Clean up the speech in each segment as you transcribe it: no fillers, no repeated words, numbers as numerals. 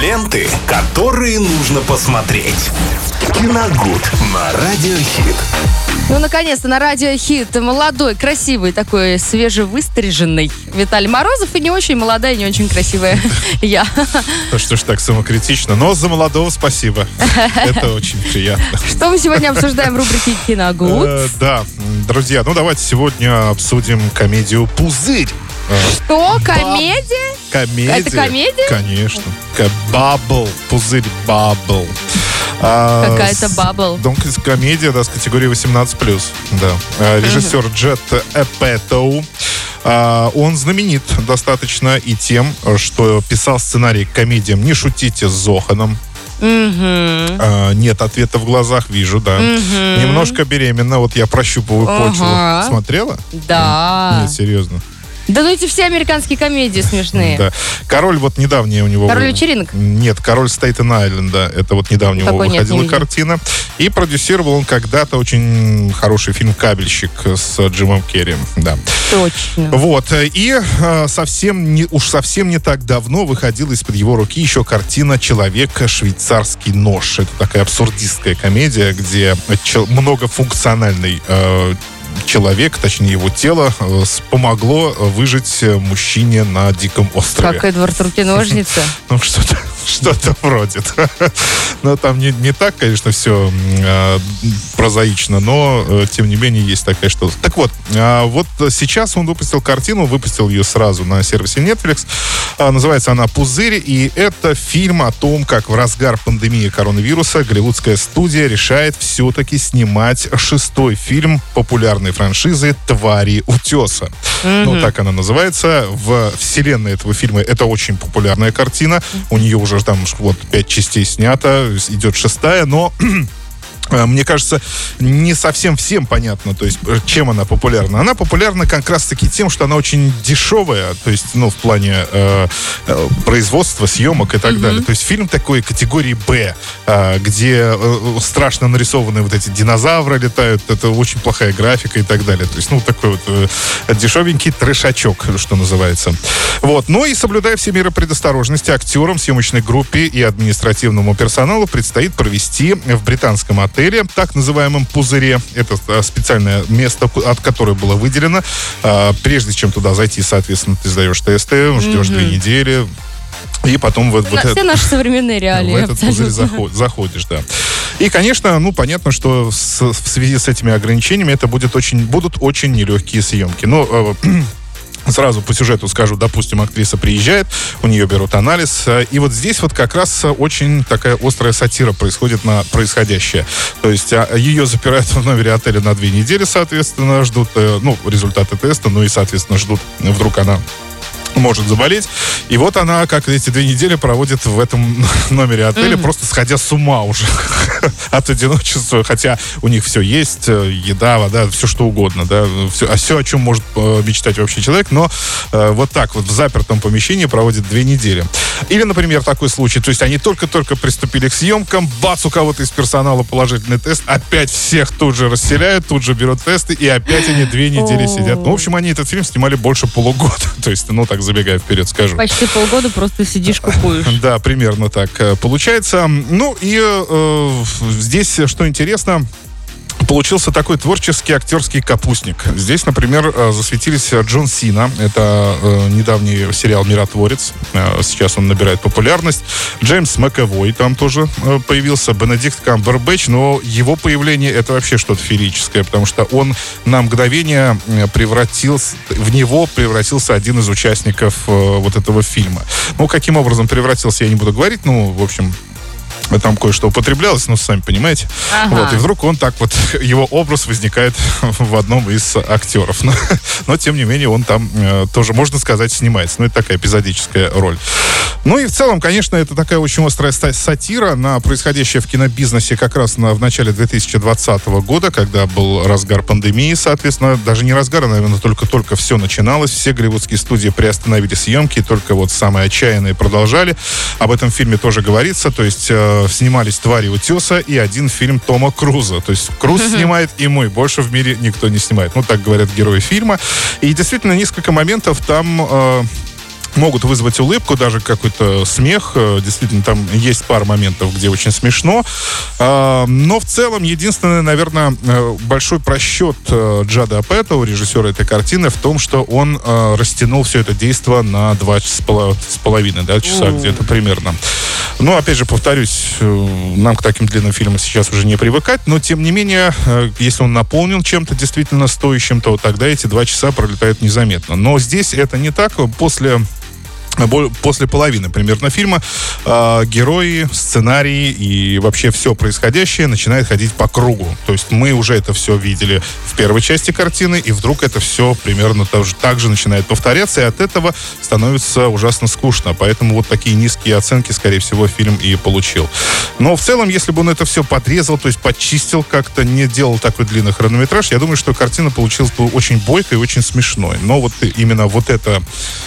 Ленты, которые нужно посмотреть. Киногуд на Радиохит. Ну, наконец-то на Радиохит молодой, красивый, такой свежевыстриженный Виталий Морозов и не очень молодая, не очень красивая я. Ну что ж так самокритично, но за молодого спасибо. Это очень приятно. Что мы сегодня обсуждаем в рубрике «Киногуд»? Да, друзья, ну давайте сегодня обсудим комедию «Пузырь». Что? Комедия? Комедия. Это комедия? Конечно. Бабл. Пузырь Бабл. Какая-то бабл. Комедия, да, с категории 18+. Да. Режиссер Джет Эпетоу. Он знаменит достаточно и тем, что писал сценарий к комедиям «Не шутите с Зоханом». Нет ответа в глазах, вижу, да. Немножко беременна, вот я прощупываю почву. Смотрела? Да. Нет, серьезно. Да ну эти все американские комедии смешные. Да. «Король» вот недавняя у него... «Король вечеринок»? Нет, «Король Стейтен-Айленда». Это вот недавно у него выходила картина. И продюсировал он когда-то очень хороший фильм «Кабельщик» с Джимом Керри. Да. Точно. Вот. И совсем не так давно выходила из-под его руки еще картина «Человек. Швейцарский нож». Это такая абсурдистская комедия, где многофункциональный человек, точнее его тело, помогло выжить мужчине на диком острове. Как Эдвард Руки-ножницы? Ну, что-то вроде. Но там не так, конечно, все прозаично, но, тем не менее, есть такая что-то. Так вот, вот сейчас он выпустил ее сразу на сервисе Netflix. Называется она «Пузырь», и это фильм о том, как в разгар пандемии коронавируса голливудская студия решает все-таки снимать 6-й фильм популярной франшизы «Твари утеса». Ну, так она называется. В вселенной этого фильма это очень популярная картина. У нее уже там вот 5 частей снято, идет 6-я, но... Мне кажется, не совсем всем понятно, то есть, чем она популярна. Она популярна как раз-таки тем, что она очень дешевая, то есть, ну, в плане производства, съемок и так далее. То есть, фильм такой категории «Б», где страшно нарисованные вот эти динозавры летают, это очень плохая графика и так далее. То есть, ну, такой вот дешевенький трешачок, что называется. Вот. Ну, и соблюдая все меры предосторожности, актерам, съемочной группе и административному персоналу предстоит провести в британском отеле, так называемом «Пузыре». Это специальное место, от которое было выделено. Прежде чем туда зайти, соответственно, ты сдаешь тесты, ждешь 2 недели. И потом все наши современные реалии. В этот пузырь заходишь, да. И, конечно, ну, понятно, что в связи с этими ограничениями это будут очень нелегкие съемки. Но... Сразу по сюжету скажу, допустим, актриса приезжает, у нее берут анализ, и вот здесь вот как раз очень такая острая сатира происходит на происходящее. То есть ее запирают в номере отеля на 2 недели, соответственно, ждут, результаты теста, ну и, соответственно, ждут, вдруг она может заболеть. И вот она, как эти 2 недели, проводит в этом номере отеля, просто сходя с ума уже от одиночества. Хотя у них все есть, еда, вода, все что угодно, да, все, о чем может мечтать вообще человек, но вот так вот в запертом помещении проводит 2 недели. Или, например, такой случай, то есть они только-только приступили к съемкам, бац, у кого-то из персонала положительный тест, опять всех тут же расселяют, тут же берут тесты, и опять они 2 недели сидят. Ну, в общем, они этот фильм снимали больше полугода. То есть, ну, так забегая вперед, скажу. Почти полгода просто сидишь, купуешь. Да, примерно так получается. Ну, и здесь, что интересно, получился такой творческий актерский капустник. Здесь, например, засветились Джон Сина. Это недавний сериал «Миротворец». Сейчас он набирает популярность. Джеймс Макэвой там тоже появился. Бенедикт Камбербэтч. Но его появление — это вообще что-то феерическое, потому что он на мгновение в него превратился один из участников вот этого фильма. Ну, каким образом превратился, я не буду говорить. Ну, в общем... Там кое-что употреблялось, ну, сами понимаете. Вот, и вдруг он так вот, его образ возникает в одном из актеров. Но тем не менее, он там тоже, можно сказать, снимается. Ну, это такая эпизодическая роль. Ну, и в целом, конечно, это такая очень острая сатира на происходящее в кинобизнесе как раз в начале 2020 года, когда был разгар пандемии, соответственно, даже не разгар, а, наверное, только-только все начиналось. Все голливудские студии приостановили съемки, только вот самые отчаянные продолжали. Об этом фильме тоже говорится, то есть снимались «Твари утеса» и один фильм Тома Круза. То есть Круз снимает, и мы. Больше в мире никто не снимает. Ну, так говорят герои фильма. И действительно, несколько моментов там могут вызвать улыбку, даже какой-то смех. Действительно, там есть пара моментов, где очень смешно. Но в целом, единственное, наверное, большой просчет Джада Апатоу, режиссера этой картины, в том, что он растянул все это действо на 2,5 часа где-то примерно. Но, опять же, повторюсь, нам к таким длинным фильмам сейчас уже не привыкать, но, тем не менее, если он наполнен чем-то действительно стоящим, то тогда эти 2 часа пролетают незаметно. Но здесь это не так. После половины примерно фильма герои, сценарии и вообще все происходящее начинает ходить по кругу. То есть мы уже это все видели в первой части картины, и вдруг это все примерно так же начинает повторяться, и от этого становится ужасно скучно. Поэтому вот такие низкие оценки, скорее всего, фильм и получил. Но в целом, если бы он это все подрезал, то есть подчистил как-то, не делал такой длинный хронометраж, я думаю, что картина получилась бы очень бойкой и очень смешной. Но вот именно вот это...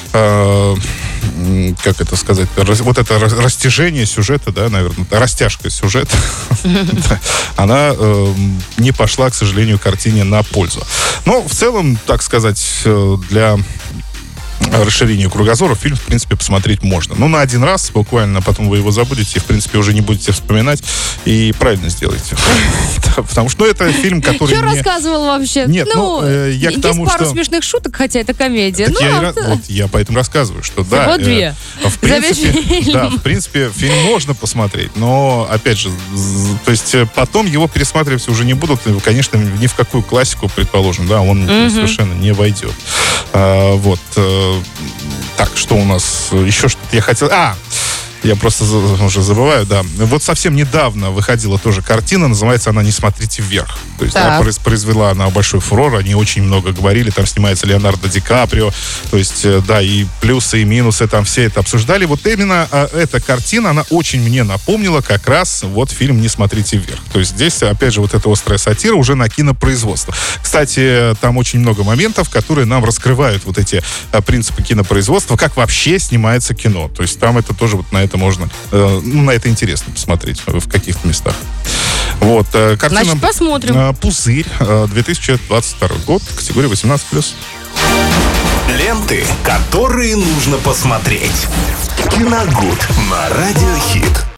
как это сказать, вот это растяжение сюжета, да, наверное, растяжка сюжета, она не пошла, к сожалению, картине на пользу. Но в целом, так сказать, для расширению кругозора фильм, в принципе, посмотреть можно. Ну, на один раз, буквально, потом вы его забудете, в принципе, уже не будете вспоминать, и правильно сделаете. Потому что, это фильм, который... Что рассказывал вообще? Нет, я к тому, есть пару что... смешных шуток, хотя это комедия. Я поэтому рассказываю, что да... Вот две. В принципе, фильм можно посмотреть, но, опять же, то есть потом его пересматривать уже не будут, конечно, ни в какую классику, предположим, да, он совершенно не войдет. Вот. Так, что у нас еще что-то я хотел... Я просто уже забываю, да. Вот совсем недавно выходила тоже картина, называется она «Не смотрите вверх». То есть произвела она большой фурор, они очень много говорили, там снимается Леонардо Ди Каприо, то есть, да, и плюсы, и минусы, там все это обсуждали. Вот именно эта картина, она очень мне напомнила как раз вот фильм «Не смотрите вверх». То есть здесь, опять же, вот эта острая сатира уже на кинопроизводство. Кстати, там очень много моментов, которые нам раскрывают вот эти принципы кинопроизводства, как вообще снимается кино. То есть там это тоже вот на это можно, на это интересно посмотреть в каких-то местах. Вот, картина, значит, посмотрим. «Пузырь», 2022 год, категория 18+. Ленты, которые нужно посмотреть. Киногуд на Радио Хит.